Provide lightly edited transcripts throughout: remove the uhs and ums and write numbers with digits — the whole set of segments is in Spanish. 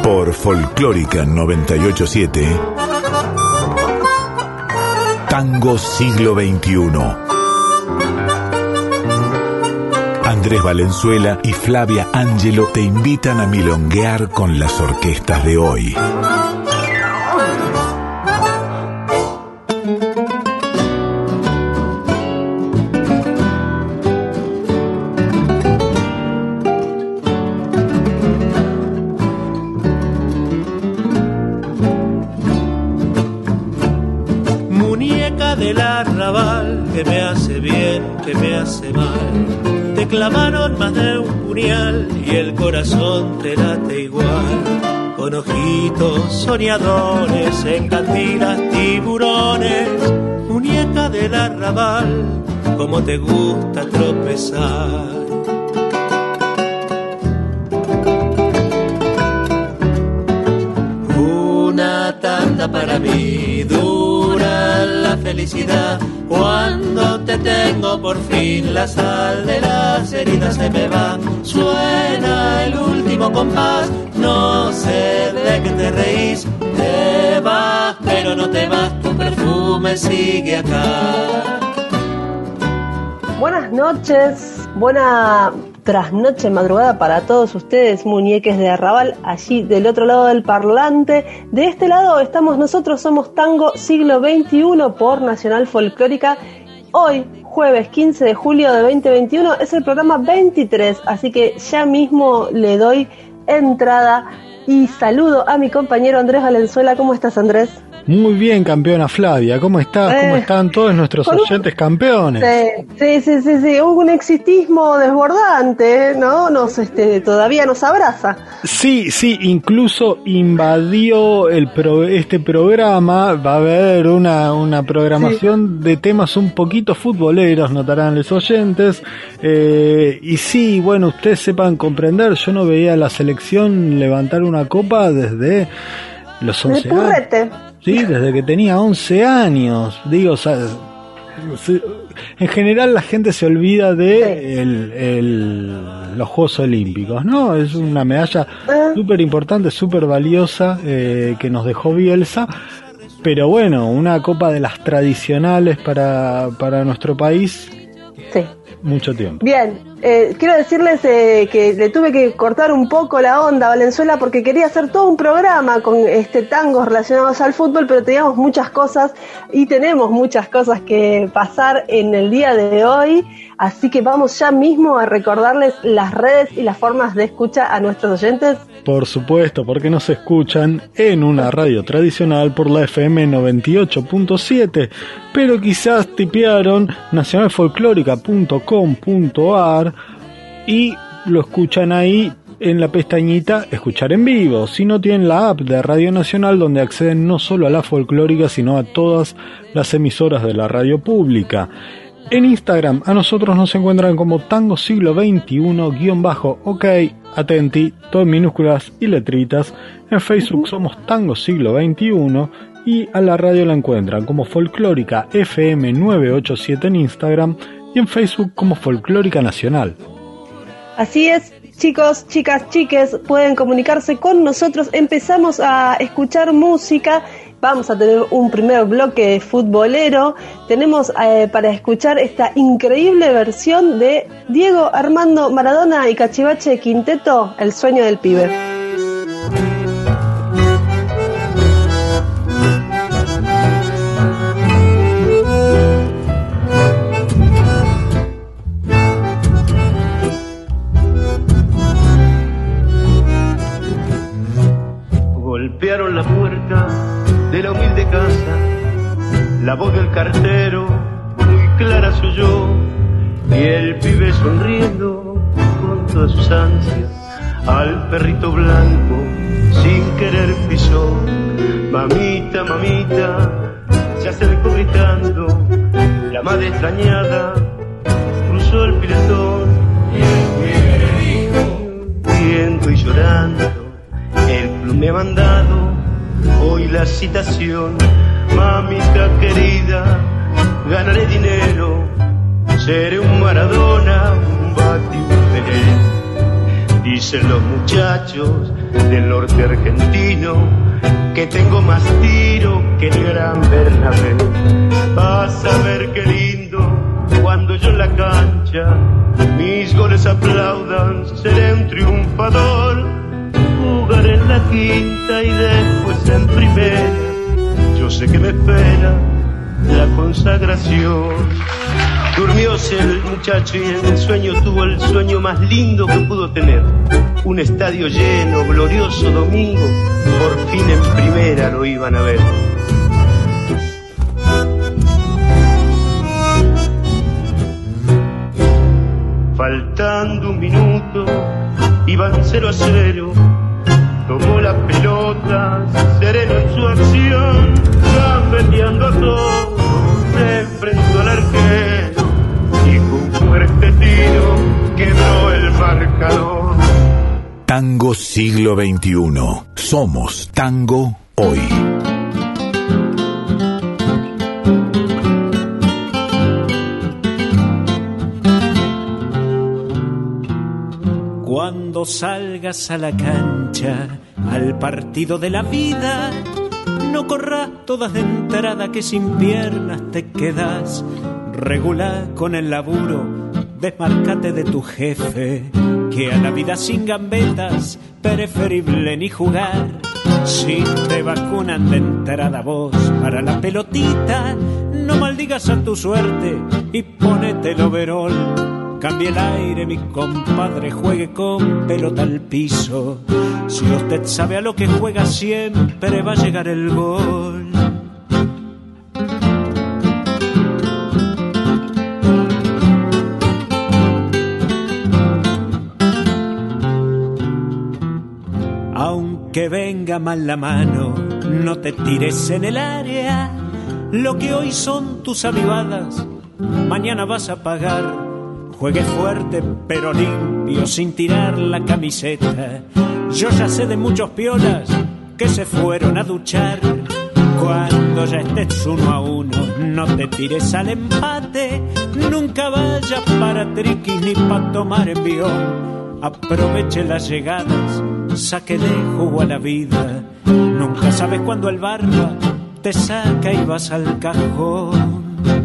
Por Folclórica 987, Tango Siglo XXI. Andrés Valenzuela y Flavia Ángelo te invitan a milonguear con las orquestas de hoy. Que me hace bien, que me hace mal. Te clavaron más de un puñal y el corazón te late igual. Con ojitos soñadores, en cantinas tiburones. Muñeca del arrabal, como te gusta tropezar. Una tanda para mí, dura la felicidad. Cuando te tengo por fin, la sal de las heridas se me va. Suena el último compás, no sé de qué te reís. Te vas, pero no te vas, tu perfume sigue acá. Buenas noches, buena trasnoche, madrugada para todos ustedes, muñeques de arrabal, allí del otro lado del parlante. De este lado estamos nosotros, somos Tango Siglo XXI por Nacional Folclórica. Hoy, jueves 15 de julio de 2021, es el programa 23, así que ya mismo le doy entrada y saludo a mi compañero Andrés Valenzuela. ¿Cómo estás, Andrés? Muy bien, campeona Flavia. ¿Cómo estás? ¿Cómo están todos nuestros oyentes campeones? Sí. Hubo un exitismo desbordante, ¿no? Todavía nos abraza. Sí, incluso invadió este programa. Va a haber una programación de temas un poquito futboleros, notarán los oyentes. Y sí, bueno, ustedes sepan comprender, yo no veía a la selección levantar una copa desde los 11 años. Sí, desde que tenía 11 años. Digo, o sea, en general la gente se olvida de los Juegos Olímpicos, ¿no? Es una medalla súper importante, súper valiosa que nos dejó Bielsa. Pero bueno, una copa de las tradicionales para nuestro país. Sí. Mucho tiempo. Bien, quiero decirles que le tuve que cortar un poco la onda a Valenzuela porque quería hacer todo un programa con tangos relacionados al fútbol, pero teníamos muchas cosas y tenemos muchas cosas que pasar en el día de hoy, así que vamos ya mismo a recordarles las redes y las formas de escucha a nuestros oyentes. Por supuesto, porque nos escuchan en una radio tradicional por la FM 98.7, pero quizás tipearon nacionalfolclórica.com.ar y lo escuchan ahí en la pestañita escuchar en vivo. Si no, tienen la app de Radio Nacional donde acceden no solo a la folclórica sino a todas las emisoras de la radio pública. En Instagram a nosotros nos encuentran como Tango Siglo XXI_OK, atenti, todo en minúsculas y letritas. En Facebook somos Tango Siglo XXI y a la radio la encuentran como Folclórica FM 987 en Instagram y en Facebook como Folclórica Nacional. Así es, chicos, chicas, chiques, pueden comunicarse con nosotros. Empezamos a escuchar música. Vamos a tener un primer bloque futbolero. Tenemos para escuchar esta increíble versión de Diego Armando Maradona y Cachivache Quinteto, El sueño del pibe. Golpearon la puerta de la humilde casa, la voz del cartero muy clara se oyó, y el pibe sonriendo con todas sus ansias al perrito blanco sin querer pisó. Mamita, mamita, se acercó gritando, la madre extrañada cruzó el piletón y el pibe le dijo, riendo y llorando, el club me ha mandado hoy la citación. Mamita querida, ganaré dinero, seré un Maradona, un Bati, un Pelé. Dice dicen los muchachos del norte argentino que tengo más tiro que el gran Bernabé. Vas a ver qué lindo cuando yo en la cancha mis goles aplaudan, seré un triunfador. Jugaré en la quinta y después en primera, yo sé que me espera la consagración. Durmióse el muchacho y en el sueño tuvo el sueño más lindo que pudo tener. Un estadio lleno, glorioso domingo, por fin en primera lo iban a ver. Faltando un minuto, iban 0-0. Tomó la pelota, sereno en su acción, gambeteando a todos, se enfrentó al arquero y con un fuerte tiro quebró el marcador. Tango siglo XXI. Somos tango hoy. Cuando salgas a la cancha, al partido de la vida, no corras todas de entrada que sin piernas te quedas. Regula con el laburo, desmárcate de tu jefe, que a la vida sin gambetas preferible ni jugar. Si te vacunan de entrada vos para la pelotita, no maldigas a tu suerte y ponete el overol. Cambie el aire, mi compadre, juegue con pelota al piso. Si usted sabe a lo que juega, siempre va a llegar el gol. Aunque venga mal la mano, no te tires en el área. Lo que hoy son tus avivadas, mañana vas a pagar. Juegue fuerte pero limpio, sin tirar la camiseta. Yo ya sé de muchos piolas que se fueron a duchar. Cuando ya estés 1-1, no te tires al empate. Nunca vayas para triquis ni pa' tomar envión. Aproveche las llegadas, sáquele jugo a la vida. Nunca sabes cuándo el barba te saca y vas al cajón.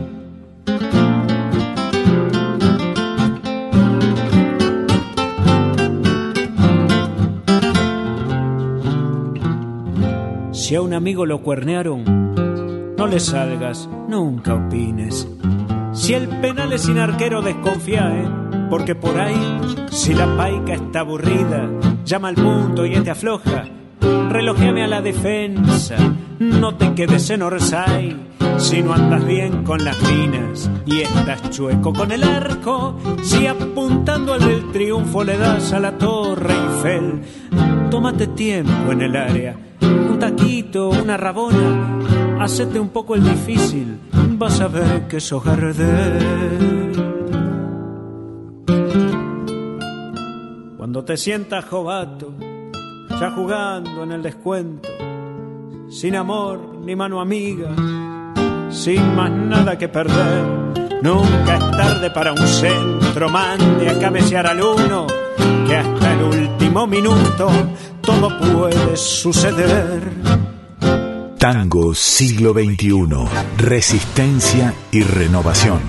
Si a un amigo lo cuernearon, no le salgas, nunca opines. Si el penal es sin arquero, desconfía, porque por ahí, si la paica está aburrida, llama al punto y este afloja. Relojeame a la defensa, no te quedes en Orsay. Si no andas bien con las minas y estás chueco con el arco, si apuntando al del triunfo le das a la Torre Eiffel, tómate tiempo en el área. Un taquito, una rabona, hacete un poco el difícil, vas a ver que sos Gardel. Cuando te sientas jovato, ya jugando en el descuento, sin amor ni mano amiga, sin más nada que perder, nunca es tarde para un centro, mande a cabecear al uno, que hasta el último minuto todo puede suceder. Tango siglo XXI. Resistencia y renovación.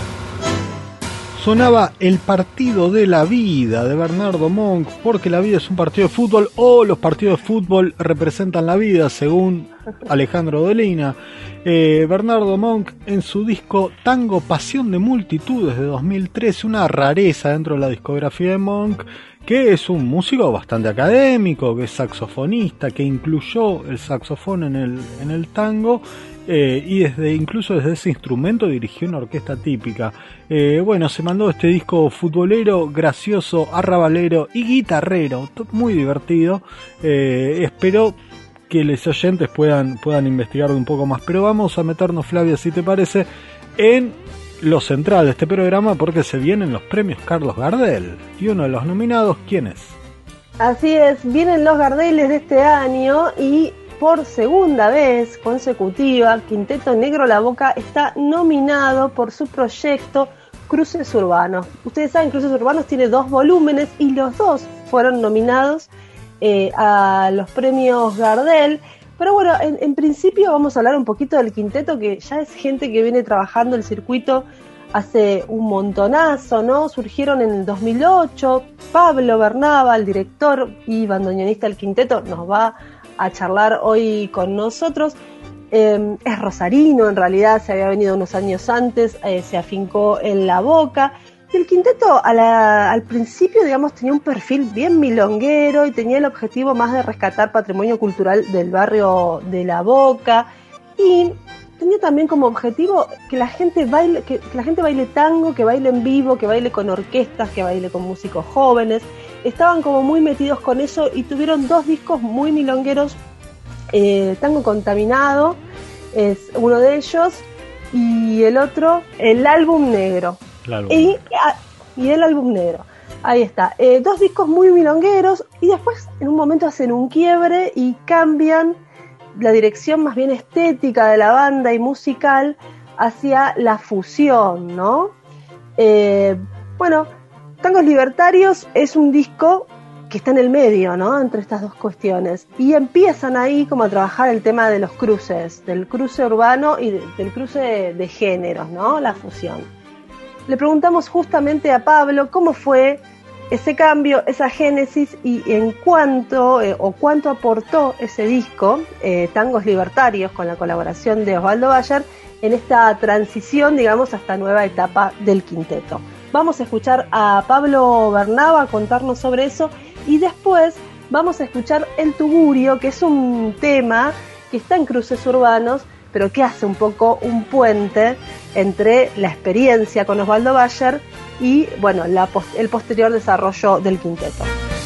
Sonaba El partido de la vida de Bernardo Monk, porque la vida es un partido de fútbol, o los partidos de fútbol representan la vida, según Alejandro Dolina. Bernardo Monk, en su disco Tango Pasión de Multitudes de 2013, una rareza dentro de la discografía de Monk, que es un músico bastante académico, que es saxofonista, que incluyó el saxofón en el tango, y incluso desde ese instrumento dirigió una orquesta típica. Bueno, se mandó este disco futbolero, gracioso, arrabalero y guitarrero, muy divertido. Espero que los oyentes puedan investigarlo un poco más, pero vamos a meternos, Flavia, si te parece, en lo central de este programa, porque se vienen los premios Carlos Gardel, y uno de los nominados, ¿quién es? Así es, vienen los Gardeles de este año y por segunda vez consecutiva, Quinteto Negro La Boca está nominado por su proyecto Cruces Urbanos. Ustedes saben, Cruces Urbanos tiene 2 volúmenes y los 2 fueron nominados a los premios Gardel. Pero bueno, en principio vamos a hablar un poquito del quinteto, que ya es gente que viene trabajando el circuito hace un montonazo, ¿no? Surgieron en el 2008. Pablo Bernaba, el director y bandoneonista del quinteto, nos va a charlar hoy con nosotros. Es rosarino, en realidad se había venido unos años antes, se afincó en La Boca. Y el quinteto al principio, digamos, tenía un perfil bien milonguero y tenía el objetivo más de rescatar patrimonio cultural del barrio de La Boca, y tenía también como objetivo que la gente baile, que la gente baile tango, que baile en vivo, que baile con orquestas, que baile con músicos jóvenes. Estaban como muy metidos con eso y tuvieron 2 discos muy milongueros. Tango Contaminado es uno de ellos, y el otro, El Álbum Negro. Y el Álbum Negro, ahí está. 2 discos muy milongueros, y después en un momento hacen un quiebre y cambian la dirección más bien estética de la banda y musical hacia la fusión, ¿no? Bueno, Tangos Libertarios es un disco que está en el medio, ¿no? Entre estas 2 cuestiones, y empiezan ahí como a trabajar el tema de los cruces, del cruce urbano y del cruce de géneros, ¿no? La fusión. Le preguntamos justamente a Pablo cómo fue ese cambio, esa génesis, y en cuánto aportó ese disco, Tangos Libertarios, con la colaboración de Osvaldo Bayer, en esta transición, digamos, a esta nueva etapa del quinteto. Vamos a escuchar a Pablo Bernaba contarnos sobre eso, y después vamos a escuchar El Tugurio, que es un tema que está en Cruces Urbanos, pero que hace un poco un puente entre la experiencia con Osvaldo Bayer y, bueno, el posterior desarrollo del quinteto.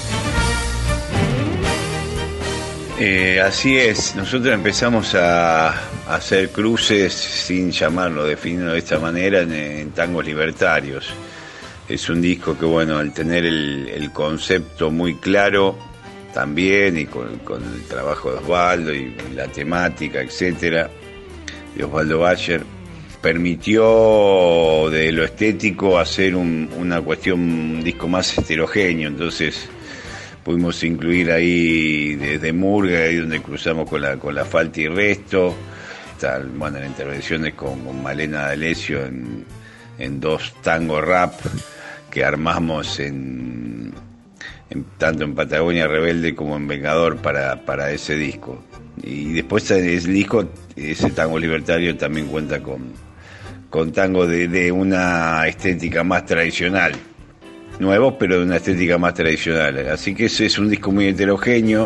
Así es, nosotros empezamos a hacer cruces, sin llamarlo, definirlo de esta manera, en Tangos Libertarios. Es un disco que, bueno, al tener el concepto muy claro también, y con el trabajo de Osvaldo y la temática, etcétera, de Osvaldo Bayer, permitió de lo estético hacer una cuestión, un disco más heterogéneo. Entonces pudimos incluir ahí desde Murga, ahí donde cruzamos con la Falta y Resto, bueno, en intervenciones con Malena D'Alessio en 2 tangos rap que armamos tanto en Patagonia Rebelde como en Vengador para ese disco. Y después el disco, ese Tango Libertario, también cuenta con tango de una estética más tradicional, nuevos, pero de una estética más tradicional. Así que ese es un disco muy heterogéneo.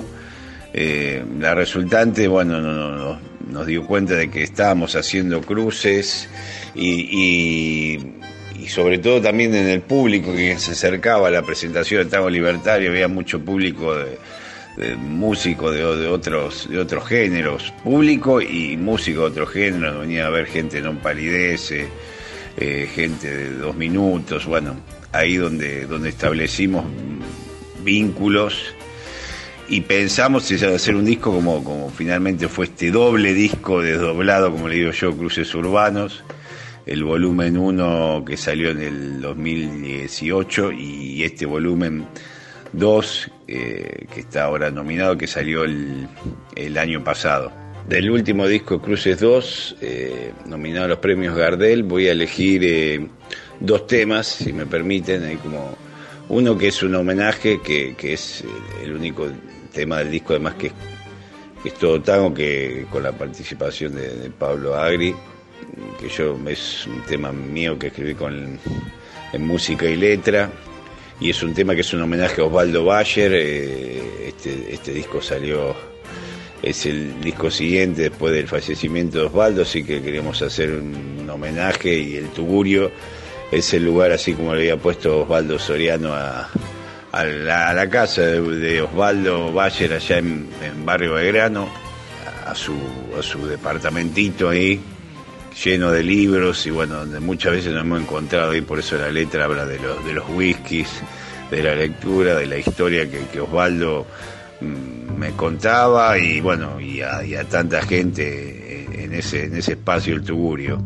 La resultante, bueno, nos dio cuenta de que estábamos haciendo cruces, y sobre todo también en el público que se acercaba a la presentación de Tango Libertario. Había mucho público de músicos de otros géneros, público y músico de otros géneros. Venía a ver gente de Non Palidece, gente de 2 Minutos, bueno, ahí donde establecimos vínculos y pensamos en hacer un disco como finalmente fue este doble disco desdoblado, como le digo yo, Cruces Urbanos, el volumen 1 que salió en el 2018 y este volumen 2 que está ahora nominado, que salió el año pasado. Del último disco, Cruces 2, nominado a los premios Gardel, voy a elegir 2 temas, si me permiten. Hay como uno que es un homenaje, que es el único tema del disco, además que es todo tango, que con la participación de Pablo Agri, que es un tema mío que escribí en música y letra. Y es un tema que es un homenaje a Osvaldo Bayer. Este disco es el disco siguiente después del fallecimiento de Osvaldo, así que queríamos hacer un homenaje, y El Tugurio es el lugar, así como le había puesto Osvaldo Soriano a la casa de Osvaldo Bayer allá en Barrio Belgrano, a su departamentito ahí, lleno de libros, y bueno, donde muchas veces nos hemos encontrado ahí. Por eso la letra habla de los whiskies, de la lectura, de la historia que Osvaldo me contaba, y bueno, y a tanta gente en ese espacio, El Tugurio.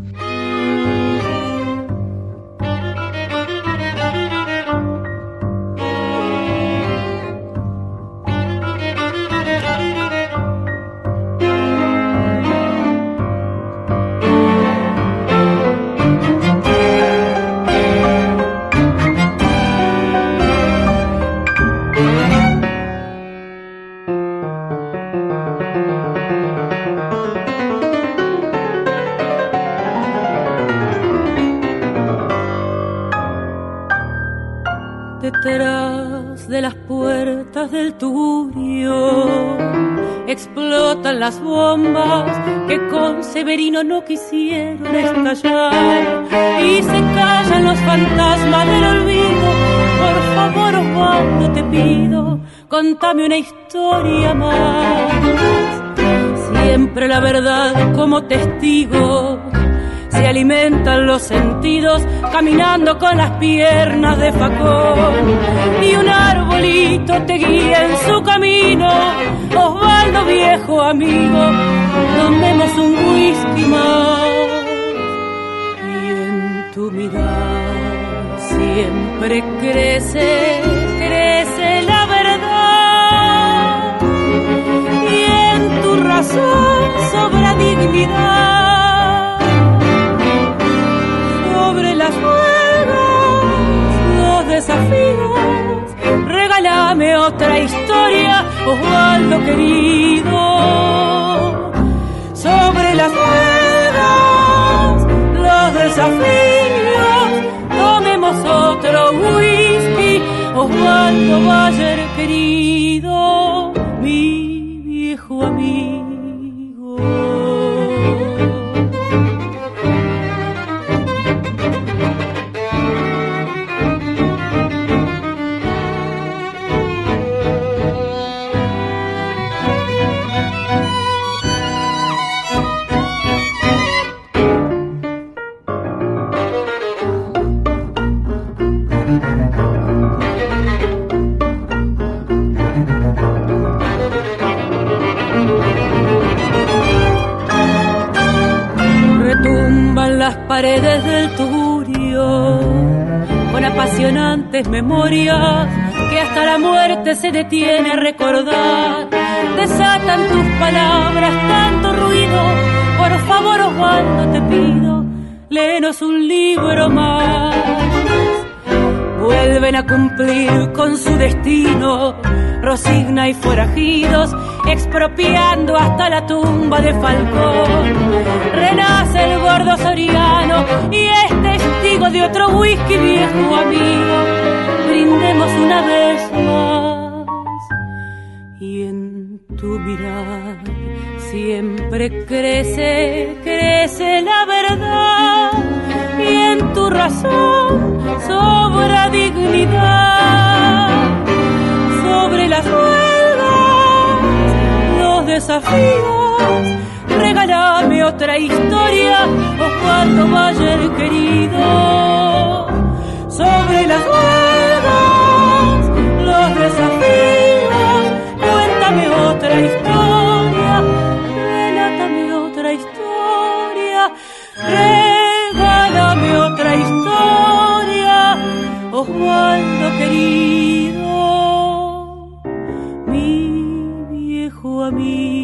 Detrás de las puertas del Tugurio explotan las bombas que con Severino no quisieron estallar, y se callan los fantasmas del olvido. Por favor, Osvaldo, te pido, contame una historia más. Siempre la verdad como testigo, se alimentan los sentidos caminando con las piernas de facón, y un arbolito te guía en su camino. Osvaldo, viejo amigo, tomemos un whisky más. Y en tu mirar siempre crece, crece la verdad, y en tu razón sobra dignidad. Sobre las ruedas, los desafíos, regálame otra historia, Osvaldo querido. Sobre las ruedas, los desafíos, tomemos otro whisky, Osvaldo Bayer querido, mi viejo amigo. Las paredes del Tugurio con apasionantes memorias que hasta la muerte se detiene a recordar. Desatan tus palabras tanto ruido, por favor, Osvaldo, te pido, léenos un libro más. Vuelven a cumplir con su destino Rosigna y forajidos, expropiando hasta la tumba de Falcón. Renace el gordo Soriano y es testigo de otro whisky, viejo amigo. Brindemos una vez más. Y en tu mirar siempre crece, crece la verdad, y en tu razón sobra dignidad. Sobre las ruedas, los desafíos, regálame otra historia, Osvaldo Bayer querido. Sobre las ruedas, los desafíos, cuéntame otra historia, relátame otra historia, regálame otra historia, Osvaldo querido, mi viejo amigo.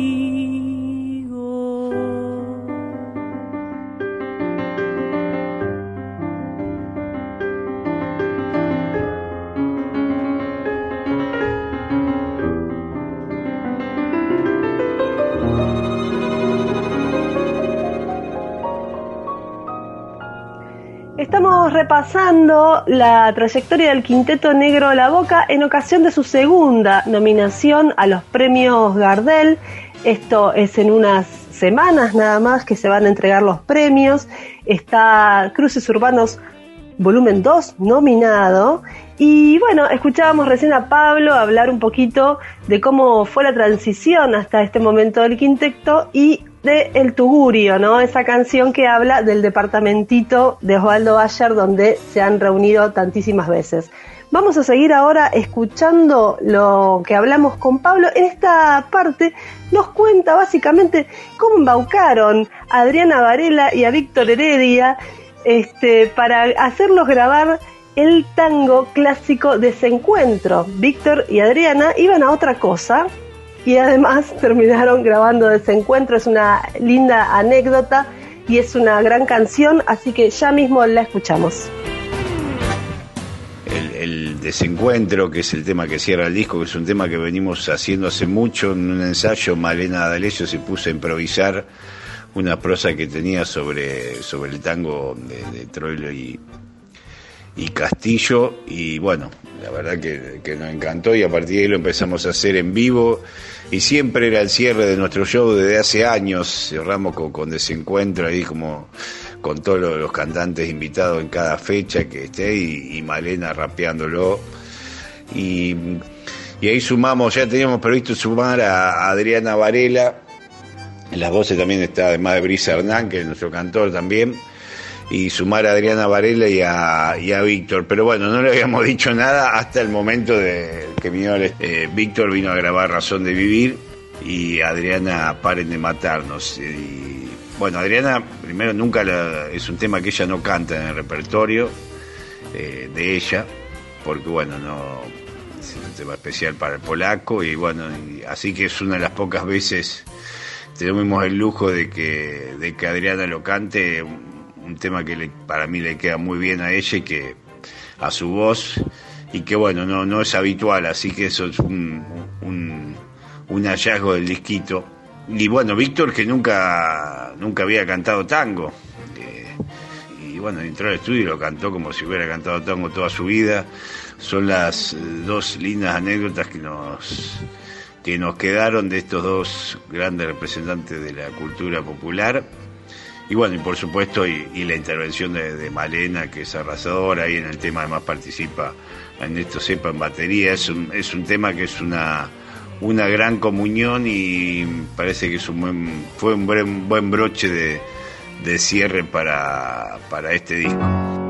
Estamos repasando la trayectoria del Quinteto Negro La Boca en ocasión de su segunda nominación a los premios Gardel. Esto es en unas semanas nada más que se van a entregar los premios. Está Cruces Urbanos volumen 2 nominado. Y bueno, escuchábamos recién a Pablo hablar un poquito de cómo fue la transición hasta este momento del quinteto y de El Tugurio, ¿no? Esa canción que habla del departamentito de Osvaldo Bayer donde se han reunido tantísimas veces. Vamos a seguir ahora escuchando lo que hablamos con Pablo. En esta parte nos cuenta básicamente cómo embaucaron a Adriana Varela y a Víctor Heredia para hacerlos grabar el tango clásico Desencuentro. Víctor y Adriana iban a otra cosa y además terminaron grabando Desencuentro. Es una linda anécdota y es una gran canción, así que ya mismo la escuchamos. El Desencuentro, que es el tema que cierra el disco, que es un tema que venimos haciendo hace mucho. En un ensayo, Malena D'Alessio se puso a improvisar una prosa que tenía sobre el tango de Troilo y Castillo, y bueno, la verdad que nos encantó, y a partir de ahí lo empezamos a hacer en vivo, y siempre era el cierre de nuestro show desde hace años. Cerramos con Desencuentro ahí, como con todos los cantantes invitados en cada fecha que esté, y Malena rapeándolo, y ahí sumamos, ya teníamos previsto sumar a Adriana Varela. En las voces también está, además de Brisa Hernán, que es nuestro cantor también, y sumar a Adriana Varela y a Víctor. Pero bueno, no le habíamos dicho nada hasta el momento de que vino Víctor vino a grabar Razón de Vivir, y Adriana Paren de Matarnos. Y bueno, Adriana, primero, es un tema que ella no canta en el repertorio de ella, porque bueno, no es un tema especial para el polaco, y bueno, así que es una de las pocas veces tenemos el lujo de que Adriana lo cante, un tema que para mí le queda muy bien a ella y que a su voz, y que bueno, no es habitual, así que eso es un hallazgo del disquito. Y bueno, Víctor, que nunca había cantado tango, y bueno, entró al estudio y lo cantó como si hubiera cantado tango toda su vida. Son las dos lindas anécdotas que nos quedaron de estos dos grandes representantes de la cultura popular. Y bueno, y por supuesto, y la intervención de Malena, que es arrasadora, y en el tema además participa Ernesto Cepa en batería. Es un tema que es una gran comunión, y parece que fue un buen broche de cierre para este disco.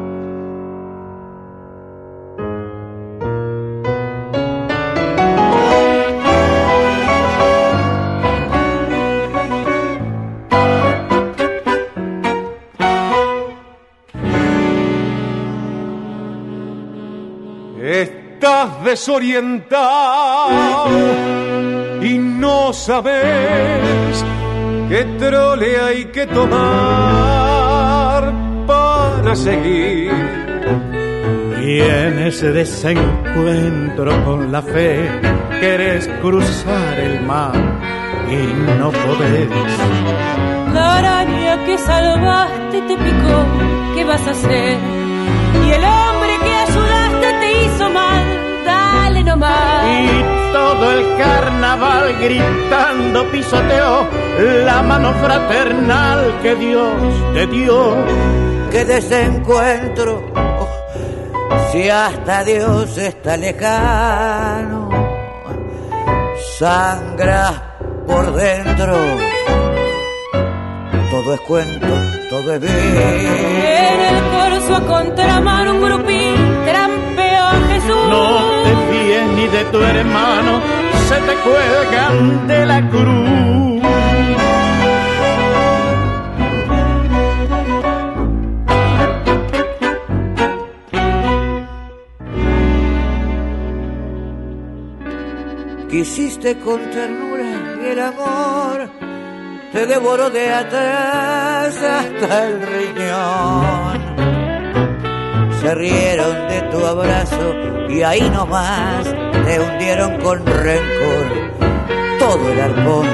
Estás desorientado y no sabes qué trole hay que tomar para seguir. Y en ese desencuentro con la fe querés cruzar el mar y no podés. La araña que salvaste te picó, ¿qué vas a hacer? Y el hombre que ayudaste te hizo mal, dale nomás. Y todo el carnaval gritando pisoteó la mano fraternal que Dios te dio. Qué desencuentro, si hasta Dios está lejano, sangra por dentro. Todo es cuento, todo es bien. En el corso a contramano un grupín trampeó a Jesús. No te fíes ni de tu hermano, se te cuelgan de la cruz. Quisiste con ternura y el amor te devoró de atrás hasta el riñón. Se rieron de tu abrazo y ahí nomás te hundieron con rencor todo el arpón.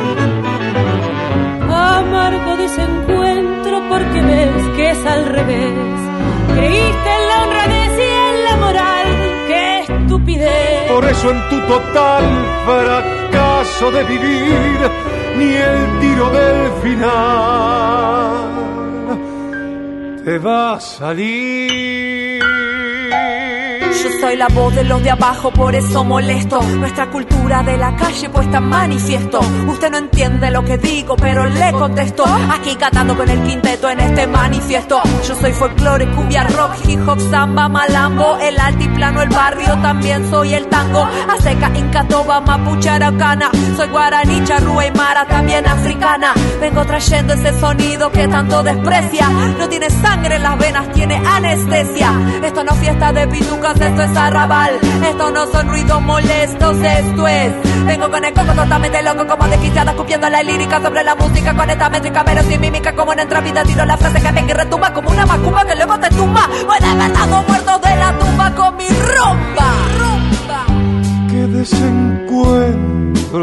Amargo desencuentro porque ves que es al revés. Creíste en la honradez y en la moral, qué estupidez. Por eso en tu total fracaso de vivir, ni el tiro del final te va a salir. Yo soy la voz de los de abajo, por eso molesto. Nuestra cultura de la calle puesta en manifiesto. Usted no entiende lo que digo, pero le contesto. Aquí cantando con el quinteto en este manifiesto. Yo soy folclore, cumbia, rock, hip hop, samba, malambo, el altiplano, el barrio, también soy el tango. Azteca, inca, toba, mapuche, araucana. Soy guaraní, charrúa y mara, también africana. Vengo trayendo ese sonido que tanto desprecia. No tiene sangre en las venas, tiene anestesia. Esto no es fiesta de pitucas, esto es arrabal. Esto no son ruidos molestos, esto es. Vengo con el coco totalmente loco, como desquiciada, escupiendo la lírica sobre la música con esta métrica, pero sin mímica, como en otra vida. Tiro la frase que me retumba como una macumba que luego te tumba. Voy despertando muerto de la tumba con mi rumba. Qué desencuentro,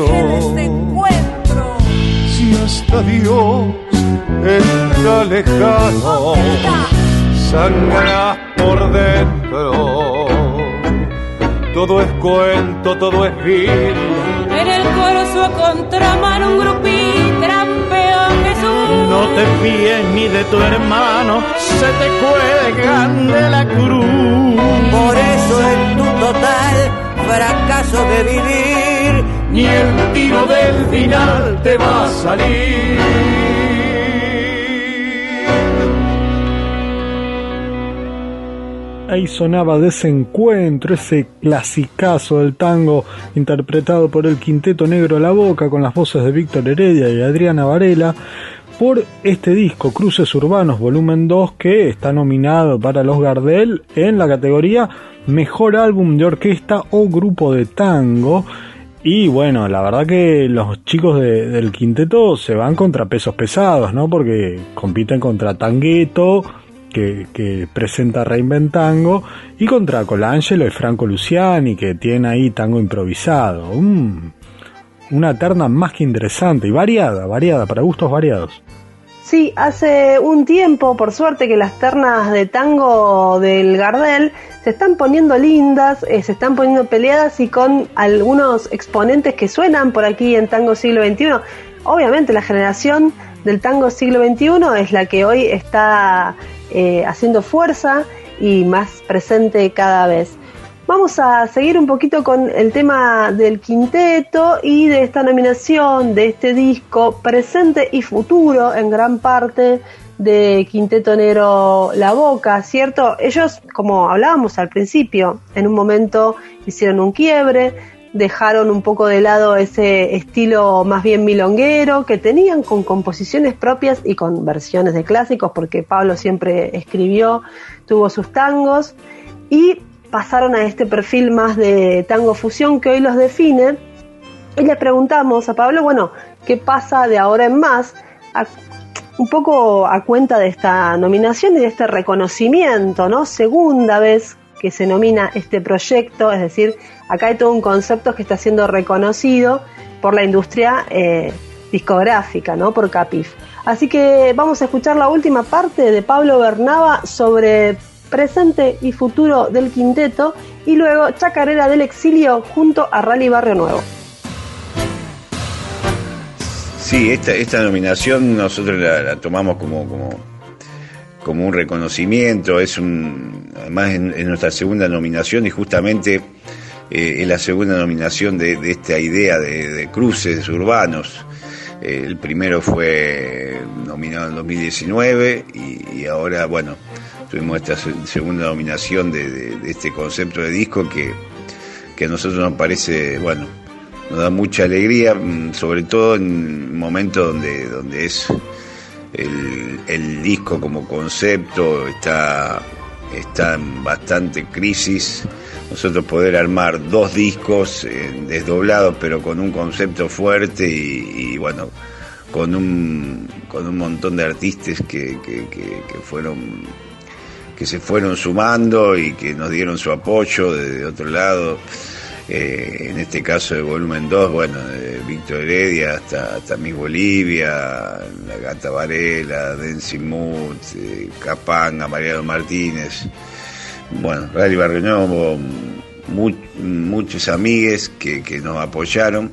si hasta Dios está lejano, sangra por dentro. Todo es cuento, todo es vil. En el coro su contramano un grupí trampeón Jesús. No te fíes ni de tu hermano, se te cuelgan de la cruz. Por eso en tu total fracaso de vivir, ni el tiro del final te va a salir. Ahí sonaba Desencuentro, ese clasicazo del tango interpretado por el Quinteto Negro La Boca con las voces de Víctor Heredia y Adriana Varela por este disco Cruces Urbanos Volumen 2, que está nominado para los Gardel en la categoría Mejor Álbum de Orquesta o Grupo de Tango. Y bueno, la verdad que los chicos del quinteto se van contra pesos pesados, ¿no? Porque compiten contra Tangueto, que presenta Reinventango, y contra Colangelo y Franco Luciani, que tiene ahí tango improvisado. Una terna más que interesante y variada, para gustos variados. Sí, hace un tiempo, por suerte, que las ternas de tango del Gardel se están poniendo lindas, se están poniendo peleadas y con algunos exponentes que suenan por aquí en Tango Siglo XXI. Obviamente la generación del Tango Siglo XXI es la que hoy está haciendo fuerza y más presente cada vez. Vamos a seguir un poquito con el tema del quinteto y de esta nominación, de este disco presente y futuro en gran parte de Quinteto Negro La Boca, ¿cierto? Ellos, como hablábamos al principio, en un momento hicieron un quiebre, dejaron un poco de lado ese estilo más bien milonguero que tenían, con composiciones propias y con versiones de clásicos, porque Pablo siempre escribió, tuvo sus tangos, y pasaron a este perfil más de tango fusión que hoy los define. Y le preguntamos a Pablo, bueno, ¿qué pasa de ahora en más? Un poco a cuenta de esta nominación y de este reconocimiento, ¿no? Segunda vez que se nomina este proyecto, es decir, acá hay todo un concepto que está siendo reconocido por la industria discográfica, ¿no? Por Capif. Así que vamos a escuchar la última parte de Pablo Bernaba sobre presente y futuro del quinteto, y luego Chacarera del Exilio junto a Rally Barrio Nuevo. Sí, esta nominación nosotros la tomamos como un reconocimiento. Además es nuestra segunda nominación, y justamente es la segunda nominación de esta idea de cruces urbanos. El primero fue nominado en 2019 y ahora, bueno, tuvimos esta segunda nominación de este concepto de disco que a nosotros nos parece, bueno, nos da mucha alegría, sobre todo en momentos donde es el disco como concepto está en bastante crisis. Nosotros poder armar dos discos desdoblados, pero con un concepto fuerte y bueno, con un montón de artistas que se fueron sumando y que nos dieron su apoyo de otro lado. En este caso de volumen 2, bueno, de Víctor Heredia hasta Miss Bolivia, la Gata Varela, Densi Mut, Capanga, Mariano Martínez, bueno, Rally Barrio Nuevo, muchos amigues que nos apoyaron.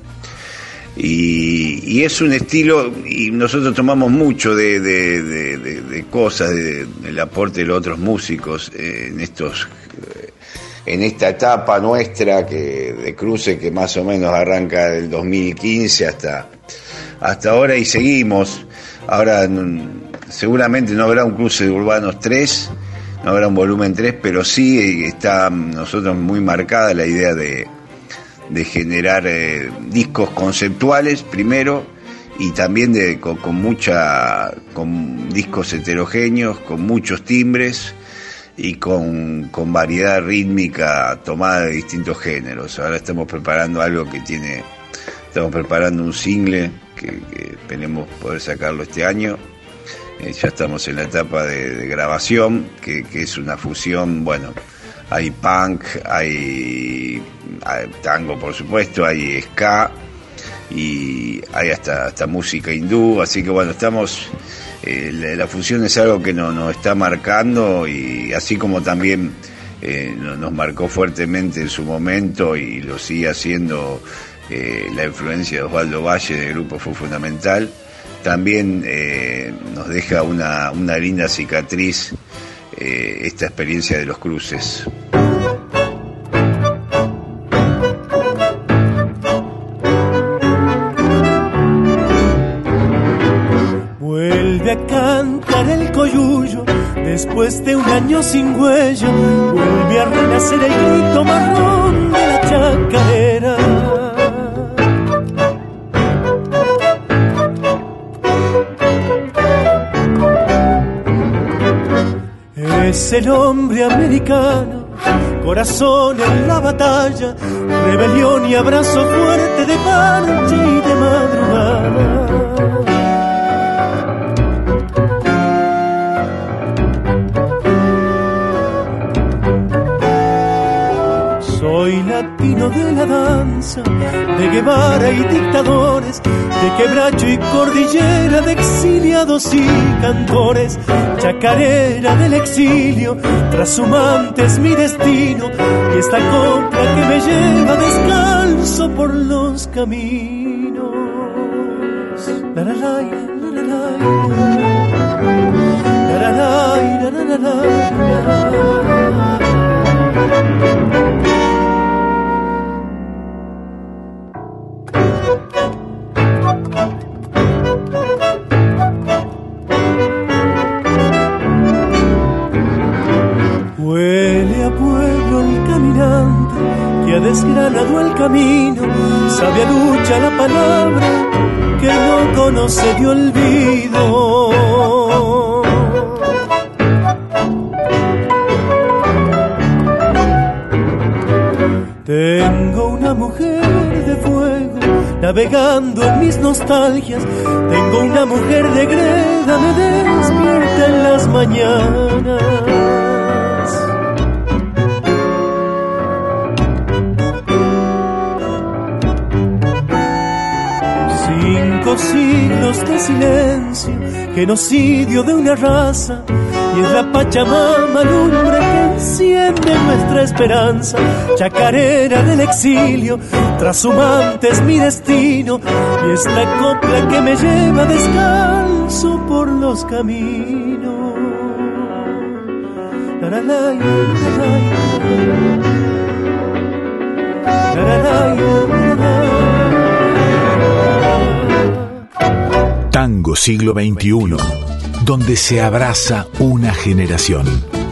Y es un estilo, y nosotros tomamos mucho de cosas del aporte de los otros músicos en esta etapa nuestra de cruce, que más o menos arranca del 2015 hasta ahora, y seguimos. Ahora seguramente no habrá un cruce de urbanos 3, no habrá un volumen 3, pero sí está nosotros muy marcada la idea de generar discos conceptuales primero, y también con discos heterogéneos, con muchos timbres y con variedad rítmica tomada de distintos géneros. Ahora estamos preparando un single que esperemos poder sacarlo este año. Ya estamos en la etapa de grabación, que es una fusión. Bueno, hay punk, hay tango, por supuesto, hay ska y hay hasta música hindú. Así que bueno, estamos La fusión es algo que nos está marcando, y así como también nos marcó fuertemente en su momento y lo sigue haciendo la influencia de Osvaldo Valle del grupo Fue Fundamental, también nos deja una linda cicatriz esta experiencia de los cruces. Vuelve a cantar el coyullo después de un año sin huella, vuelve a renacer el grito marrón de la chacarera. Es el hombre americano, corazón en la batalla, rebelión y abrazo fuerte de parche y de madrugada. Soy latino de la danza, de Guevara y dictadores, de quebracho y cordillera, de exiliados y cantores, chacarera del exilio, trashumante es mi destino, y esta copla que me lleva descalzo por los caminos. La la la la la la la la la la la. Huele a pueblo el caminante que ha desgranado el camino, sabe a lucha la palabra que no conoce de olvido. Tengo una mujer de fuego navegando en mis nostalgias, tengo una mujer de greda, me despierta en las mañanas. 5 siglos de silencio, genocidio de una raza, y es la Pachamama lumbre que enciende nuestra esperanza. Chacarera del exilio, trashumante es mi destino, y es la copla que me lleva descalzo por los caminos. La la la la la la la. Tango siglo XXI, donde se abraza una generación.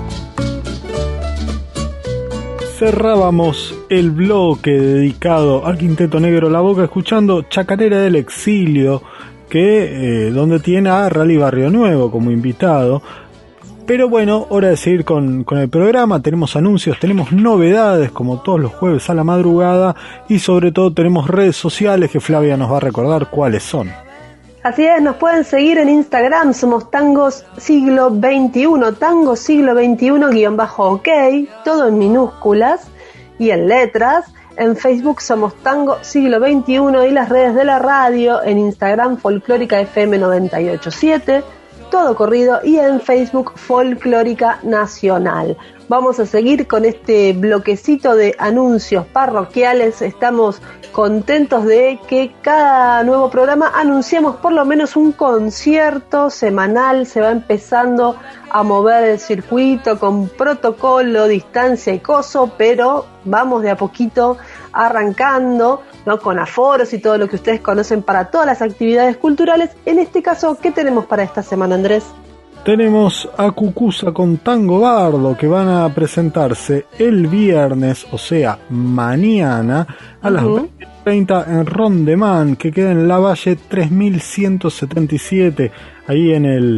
Cerrábamos el bloque dedicado al Quinteto Negro La Boca escuchando Chacarera del Exilio, que donde tiene a Rally Barrio Nuevo como invitado. Pero bueno, hora de seguir con el programa. Tenemos anuncios, tenemos novedades como todos los jueves a la madrugada, y sobre todo tenemos redes sociales que Flavia nos va a recordar cuáles son. Así es, nos pueden seguir en Instagram, somos Tangos Siglo XXI, Tango Siglo XXI-OK, todo en minúsculas y en letras. En Facebook somos Tango Siglo XXI, y las redes de la radio, en Instagram Folclórica FM 987, todo corrido, y en Facebook Folclórica Nacional. Vamos a seguir con este bloquecito de anuncios parroquiales. Estamos contentos de que cada nuevo programa anunciamos por lo menos un concierto semanal. Se va empezando a mover el circuito con protocolo, distancia y coso, pero vamos de a poquito arrancando, ¿no? Con aforos y todo lo que ustedes conocen para todas las actividades culturales. En este caso, ¿qué tenemos para esta semana, Andrés? Tenemos a Cucuza con Tango Bardo, que van a presentarse el viernes, o sea, mañana, a las 20:30 en Rondemán, que queda en Lavalle 3177, ahí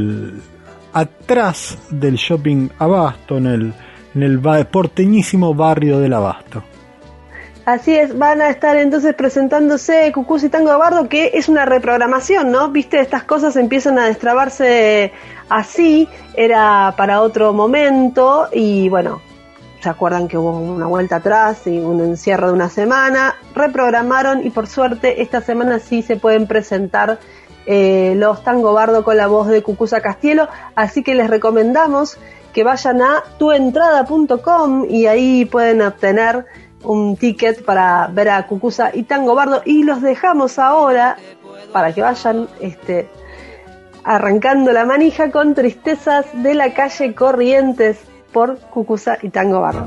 atrás del Shopping Abasto, en el porteñísimo barrio del Abasto. Así es, van a estar entonces presentándose Cucuza y Tango Bardo, que es una reprogramación, ¿no? Viste, estas cosas empiezan a destrabarse así, era para otro momento, y bueno, se acuerdan que hubo una vuelta atrás y un encierro de una semana, reprogramaron, y por suerte esta semana sí se pueden presentar los Tango Bardo con la voz de Cucuza Castielo, así que les recomendamos que vayan a tuentrada.com y ahí pueden obtener un ticket para ver a Cucuza y Tango Bardo, y los dejamos ahora para que vayan arrancando la manija con Tristezas de la calle Corrientes por Cucuza y Tango Bardo.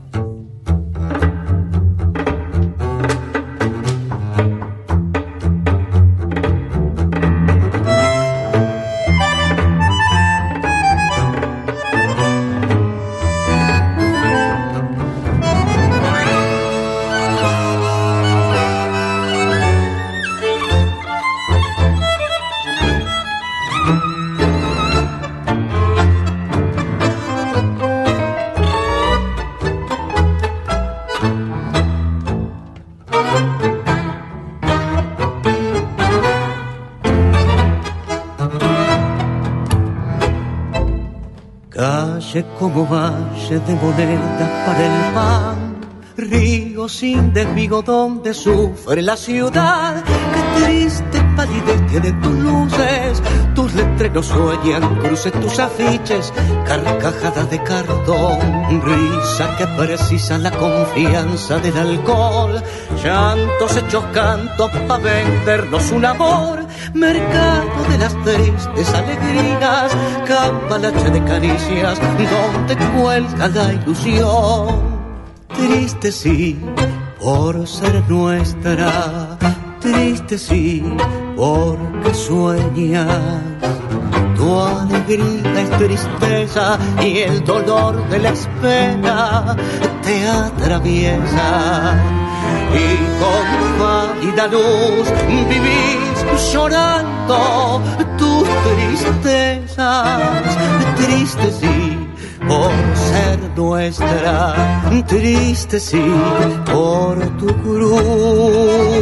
Calle como valle de monedas para el pan, río sin desvío donde sufre la ciudad. Qué triste palidez tiene tus luces, tus letreros sueñan, cruces tus afiches, carcajadas de cartón, risa que precisa la confianza del alcohol, llantos hechos cantos pa' vendernos un amor, mercado de las tristes alegrías, cambalache de caricias donde cuelga la ilusión. Triste sí, por ser nuestra, triste sí, porque sueñas. Tu alegría es tristeza y el dolor de la espera te atraviesa. Y con pálida luz vivís llorando tus tristezas. Triste sí, por ser nuestra, triste sí, por tu cruz.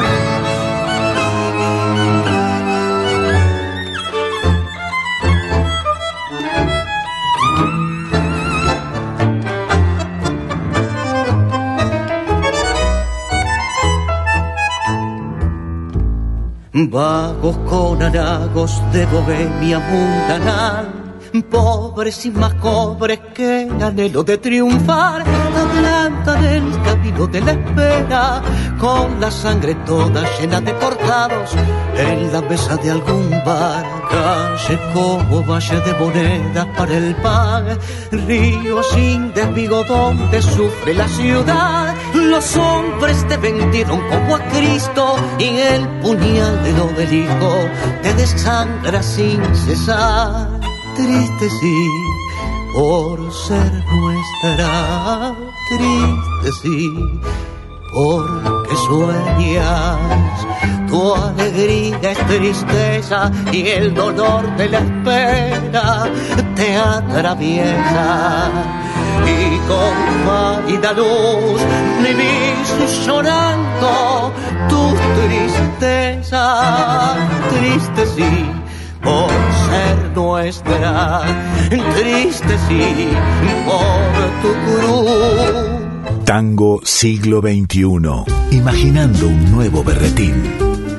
Vagos con halagos de bohemia mundanal, pobres y más pobres que el anhelo de triunfar, ablandan el camino de la espera, con la sangre toda llena de cortados en la mesa de algún bar. Calle como valle de monedas para el pan, río sin desvío donde sufre la ciudad. Los hombres te vendieron como a Cristo y el puñal del obelisco te desangra sin cesar. Triste sí, por ser nuestra, triste sí, porque sueñas. Tu alegría es tristeza y el dolor de la espera te atraviesa. Y con pálida luz vivís llorando tus tristezas. Triste sí, por ser nuestra, triste sí, por tu cruz. Tango siglo XXI, imaginando un nuevo berretín.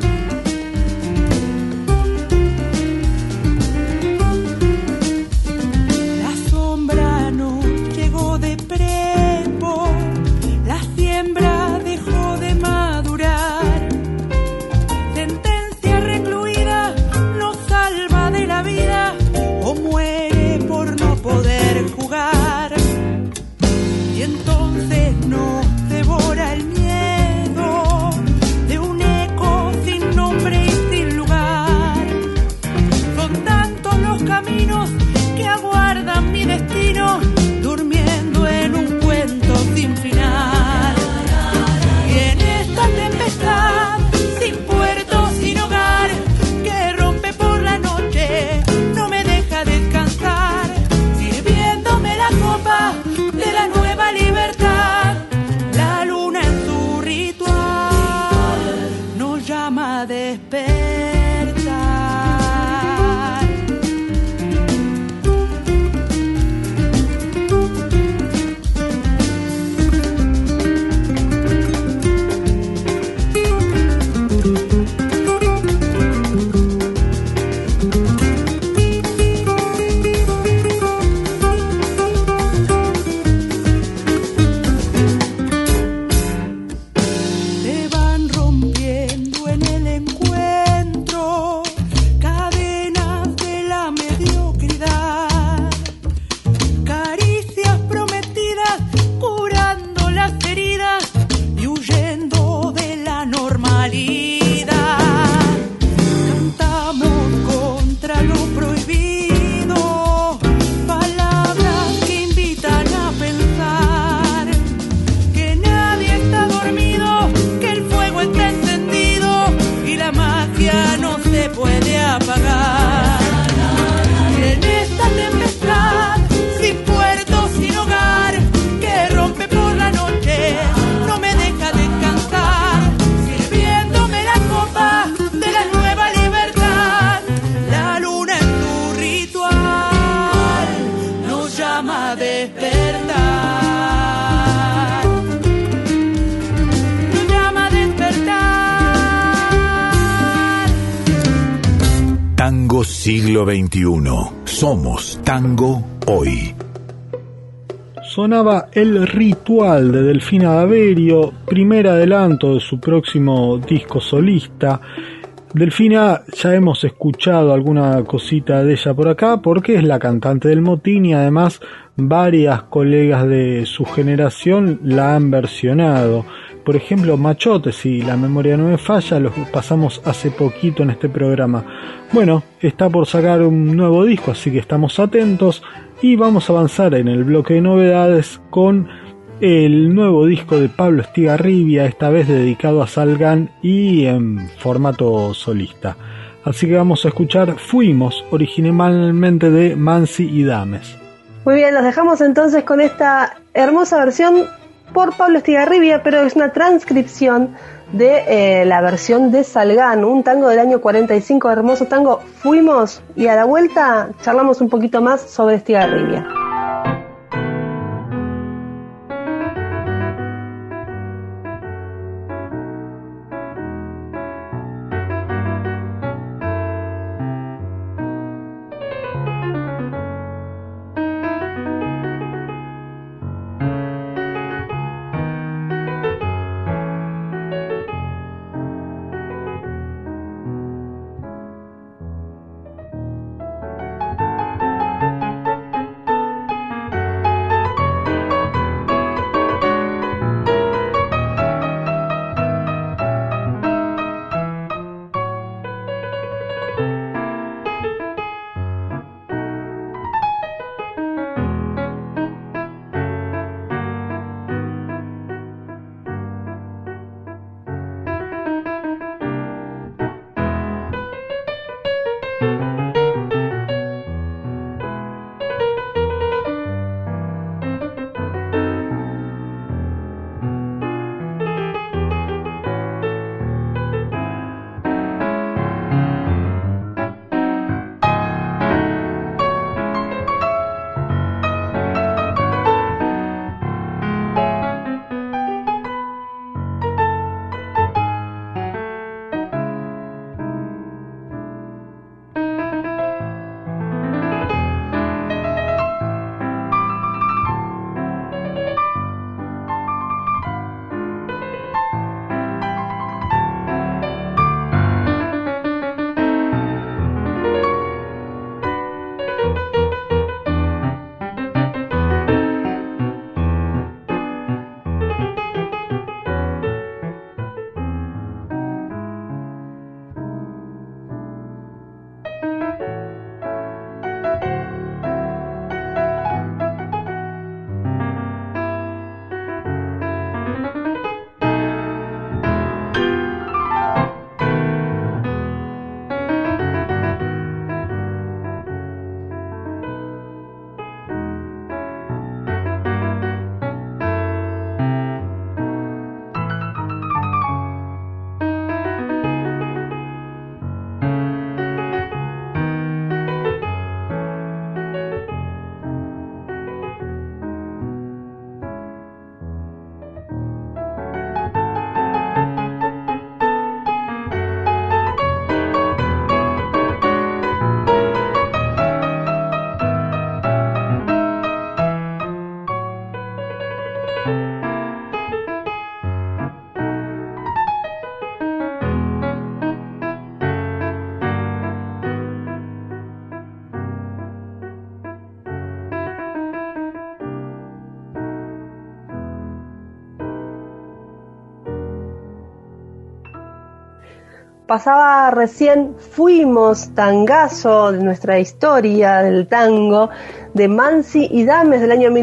La sombra no llegó de prepo, la siembra dejó de madurar. Sentencia recluida no salva de la vida o muere por no poder jugar. Y entonces nos devora el miedo de un eco sin nombre y sin lugar. Son tantos los caminos que aguardan mi destino, durmiendo en un cuento sin final. Y en esta tempestad, sin puerto, sin hogar, que rompe por la noche, no me deja descansar, sirviéndome la copa de la nueva libertad. La luna en su ritual nos llama a despertar. Siglo XXI. Somos tango hoy. Sonaba El Ritual de Delfina D'Averio, primer adelanto de su próximo disco solista. Delfina, ya hemos escuchado alguna cosita de ella por acá porque es la cantante del Motín y además varias colegas de su generación la han versionado. Por ejemplo, Machote, si la memoria no me falla, lo pasamos hace poquito en este programa. Bueno, está por sacar un nuevo disco, así que estamos atentos y vamos a avanzar en el bloque de novedades con el nuevo disco de Pablo Estigarribia, esta vez dedicado a Salgan y en formato solista. Así que vamos a escuchar Fuimos, originalmente de Mansi y Dames. Muy bien, los dejamos entonces con esta hermosa versión por Pablo Estigarribia, pero es una transcripción de la versión de Salgan, un tango del año 45, hermoso tango Fuimos, y a la vuelta charlamos un poquito más sobre Estigarribia. Pasaba recién Fuimos, tangazo de nuestra historia del tango, de Mansi y Dames del año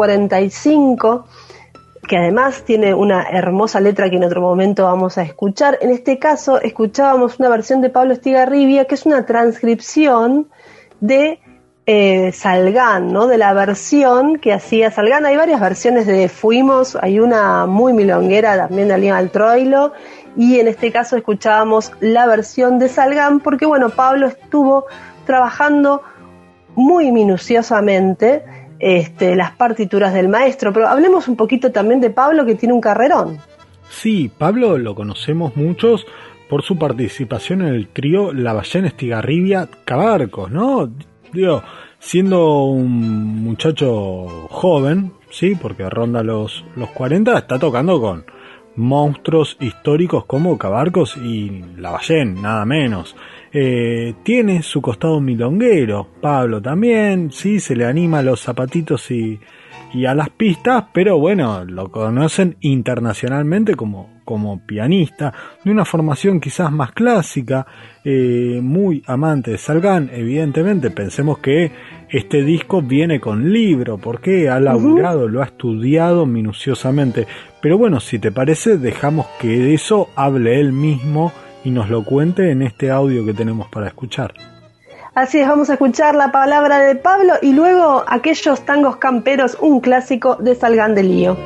1945, que además tiene una hermosa letra que en otro momento vamos a escuchar. En este caso escuchábamos una versión de Pablo Estigarribia, que es una transcripción de Salgan, ¿no? De la versión que hacía Salgan. Hay varias versiones de Fuimos, hay una muy milonguera también de Aníbal Troilo, y en este caso escuchábamos la versión de Salgan porque, bueno, Pablo estuvo trabajando muy minuciosamente las partituras del maestro. Pero hablemos un poquito también de Pablo, que tiene un carrerón. Sí, Pablo lo conocemos muchos por su participación en el trío Lavallén, Estigarribia, Cabarcos, ¿no? Digo, siendo un muchacho joven, sí, porque ronda los 40, está tocando con monstruos históricos como Cabarcos y Lavallén, nada menos. Tiene su costado milonguero, Pablo también, sí, se le anima a los zapatitos y a las pistas, pero bueno, lo conocen internacionalmente como pianista, de una formación quizás más clásica, muy amante de Salgán, evidentemente. Pensemos que este disco viene con libro, porque ha laburado, lo ha estudiado minuciosamente, pero bueno, si te parece, dejamos que de eso hable él mismo y nos lo cuente en este audio que tenemos para escuchar. Así es, vamos a escuchar la palabra de Pablo y luego Aquellos tangos camperos, un clásico de Salgán de Lío.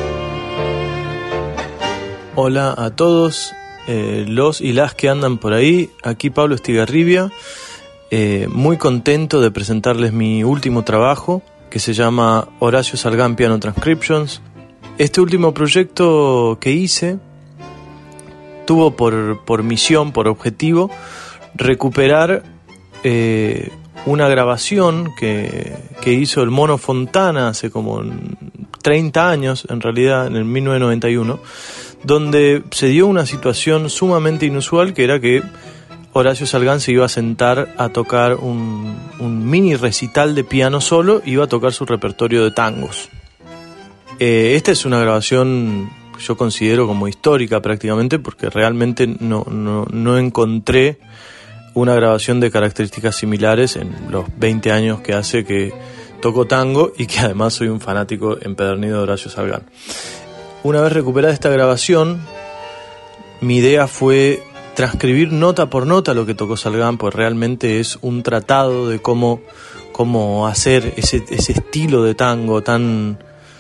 Hola a todos los y las que andan por ahí, aquí Pablo Estigarribia, muy contento de presentarles mi último trabajo que se llama Horacio Salgán Piano Transcriptions. Este último proyecto que hice tuvo por misión, por objetivo, recuperar una grabación que hizo el Mono Fontana hace como 30 años, en realidad en el 1991, donde se dio una situación sumamente inusual, que era que Horacio Salgán se iba a sentar a tocar un mini recital de piano solo, iba a tocar su repertorio de tangos. Esta es una grabación que yo considero como histórica prácticamente, porque realmente no encontré una grabación de características similares en los 20 años que hace que toco tango y que además soy un fanático empedernido de Horacio Salgán. Una vez recuperada esta grabación, mi idea fue transcribir nota por nota lo que tocó Salgán, pues realmente es un tratado de cómo hacer ese estilo de tango tan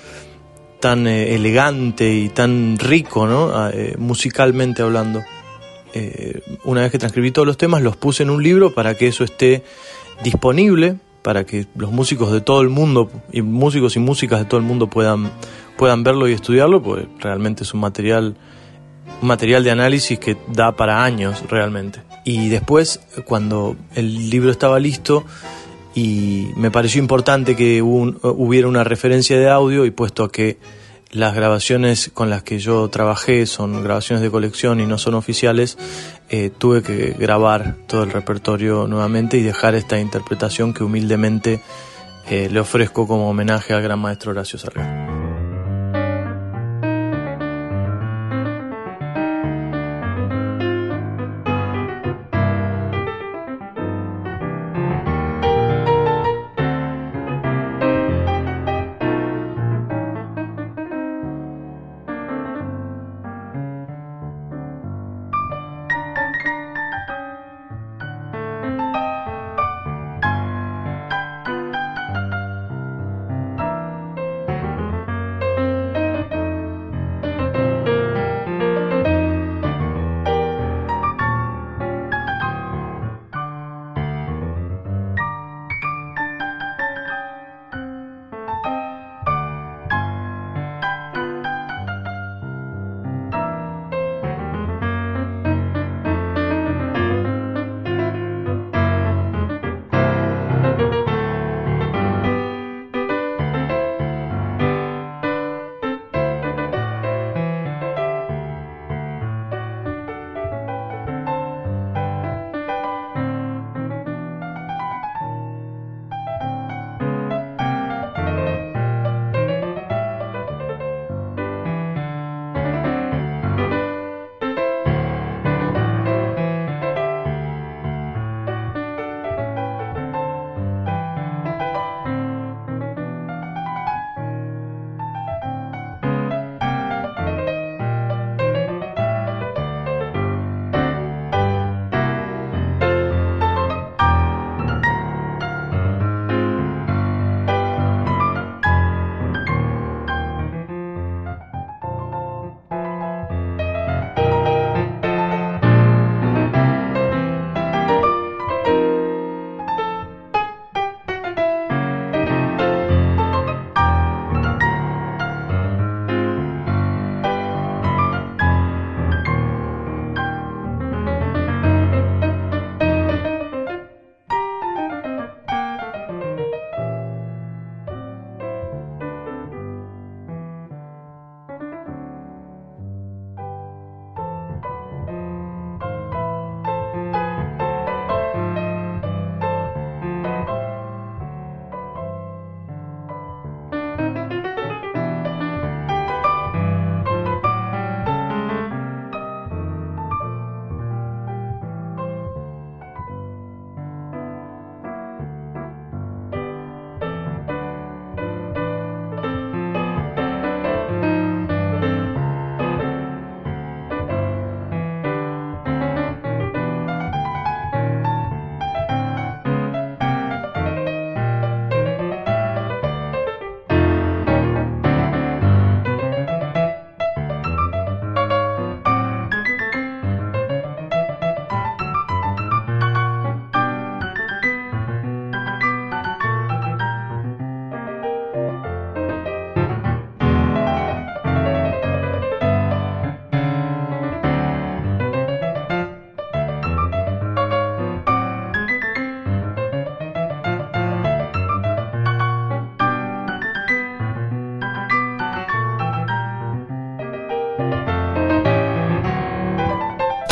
elegante y tan rico, ¿no? Musicalmente hablando. Una vez que transcribí todos los temas, los puse en un libro para que eso esté disponible, para que los músicos de todo el mundo, y músicos y músicas de todo el mundo puedan verlo y estudiarlo, pues realmente es un material de análisis que da para años realmente. Y después, cuando el libro estaba listo y me pareció importante que hubiera una referencia de audio, y puesto a que las grabaciones con las que yo trabajé son grabaciones de colección y no son oficiales, tuve que grabar todo el repertorio nuevamente y dejar esta interpretación que humildemente le ofrezco como homenaje al gran maestro Horacio Salgán.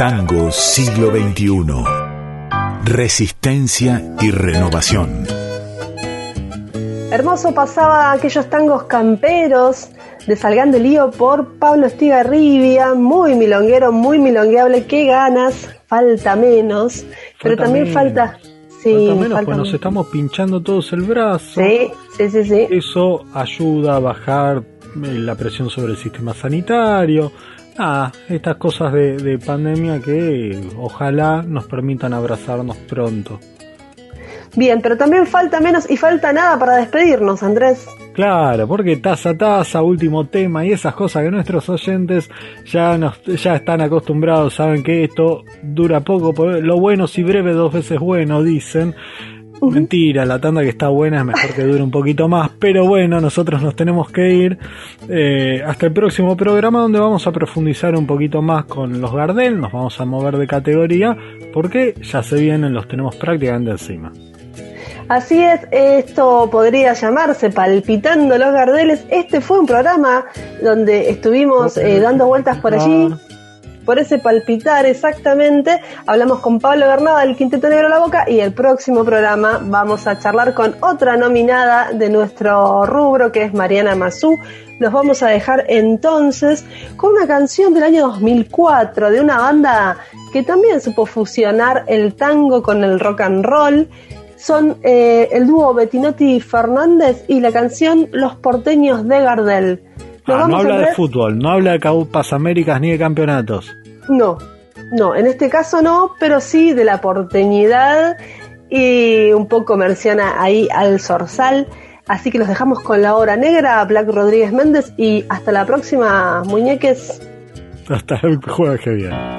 Tango siglo XXI. Resistencia y renovación. Hermoso pasaba aquellos tangos camperos de Salgán de Lío por Pablo Estigarribia, muy milonguero, muy milongueable. Qué ganas, falta menos, pero también falta... Sí, falta menos, pues nos estamos pinchando todos el brazo. Sí. Eso ayuda a bajar la presión sobre el sistema sanitario. Estas cosas de pandemia que ojalá nos permitan abrazarnos pronto. Bien, pero también falta menos y falta nada para despedirnos, Andrés. Claro, porque taza, último tema y esas cosas que nuestros oyentes ya están acostumbrados, saben que esto dura poco, lo bueno si breve 2 veces bueno, dicen. Mentira, la tanda que está buena es mejor que dure un poquito más, pero bueno, nosotros nos tenemos que ir hasta el próximo programa, donde vamos a profundizar un poquito más con los Gardel, nos vamos a mover de categoría, porque ya se vienen, los tenemos prácticamente encima. Así es, esto podría llamarse Palpitando los Gardeles. Este fue un programa donde estuvimos dando vueltas por allí, por ese palpitar exactamente. Hablamos con Pablo Bernada del Quinteto Negro La Boca, y el próximo programa vamos a charlar con otra nominada de nuestro rubro, que es Mariana Mazú. Los vamos a dejar entonces con una canción del año 2004 de una banda que también supo fusionar el tango con el rock and roll. Son el dúo Bettinotti y Fernández, y la canción Los Porteños de Gardel. No habla de fútbol, no habla de Copas Américas ni de campeonatos. No, en este caso no, pero sí de la porteñidad, y un poco menciona ahí al Zorzal. Así que los dejamos con La Hora Negra, Black Rodríguez Méndez, y hasta la próxima, muñeques. Hasta el jueves que viene.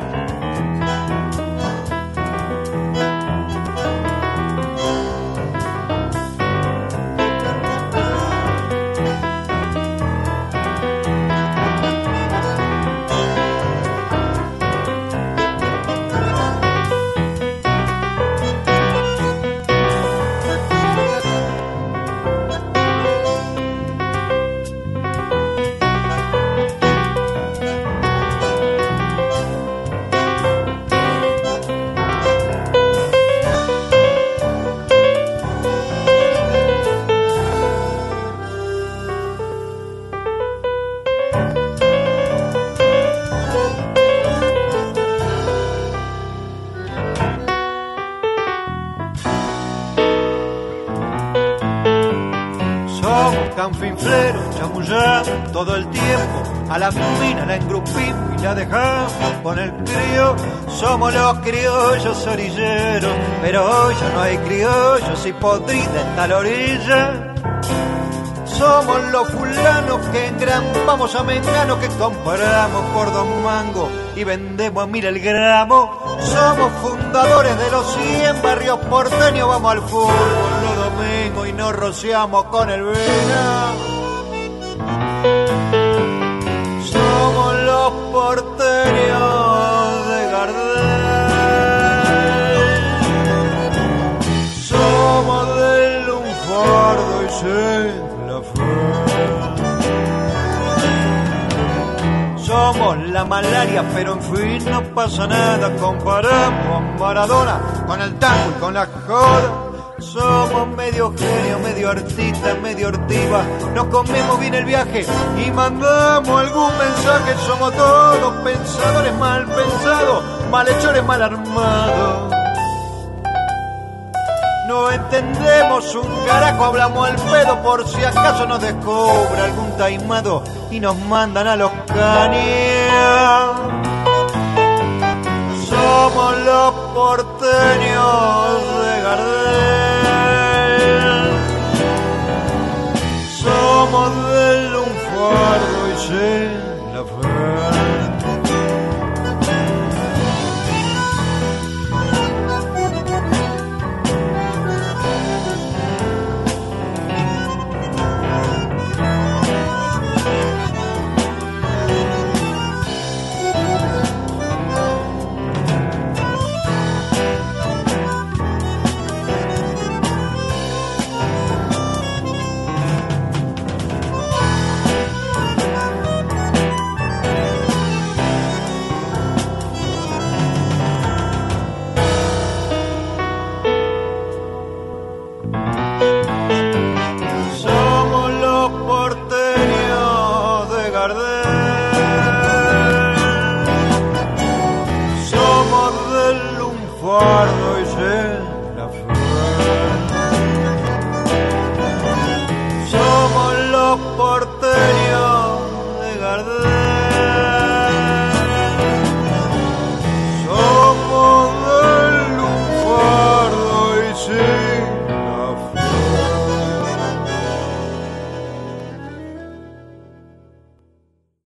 Canfinfleros, chamullamos todo el tiempo, a la mina la engrupimos y la dejamos con el crío. Somos los criollos orilleros, pero hoy ya no hay criollos y podrida está la orilla. Somos los fulanos que engrampamos a menganos, que compramos por 2 mangos y vendemos a 1000 el gramo. Somos fundadores de los 100 barrios porteños, vamos al fútbol los domingos y nos rociamos con el vino. Somos los porteños de Gardel, somos del Lunfardo y la fe. Somos la malaria, pero en fin no pasa nada. Comparamos a Maradona con el tango y con la joda. Somos medio genio, medio artista, medio ortiva. Nos comemos bien el viaje y mandamos algún mensaje. Somos todos pensadores mal pensados, malhechores mal armados. No entendemos un carajo, hablamos al pedo por si acaso nos descubre algún taimado y nos mandan a los caños. Somos los porteños de Gardel, somos del Lunfardo y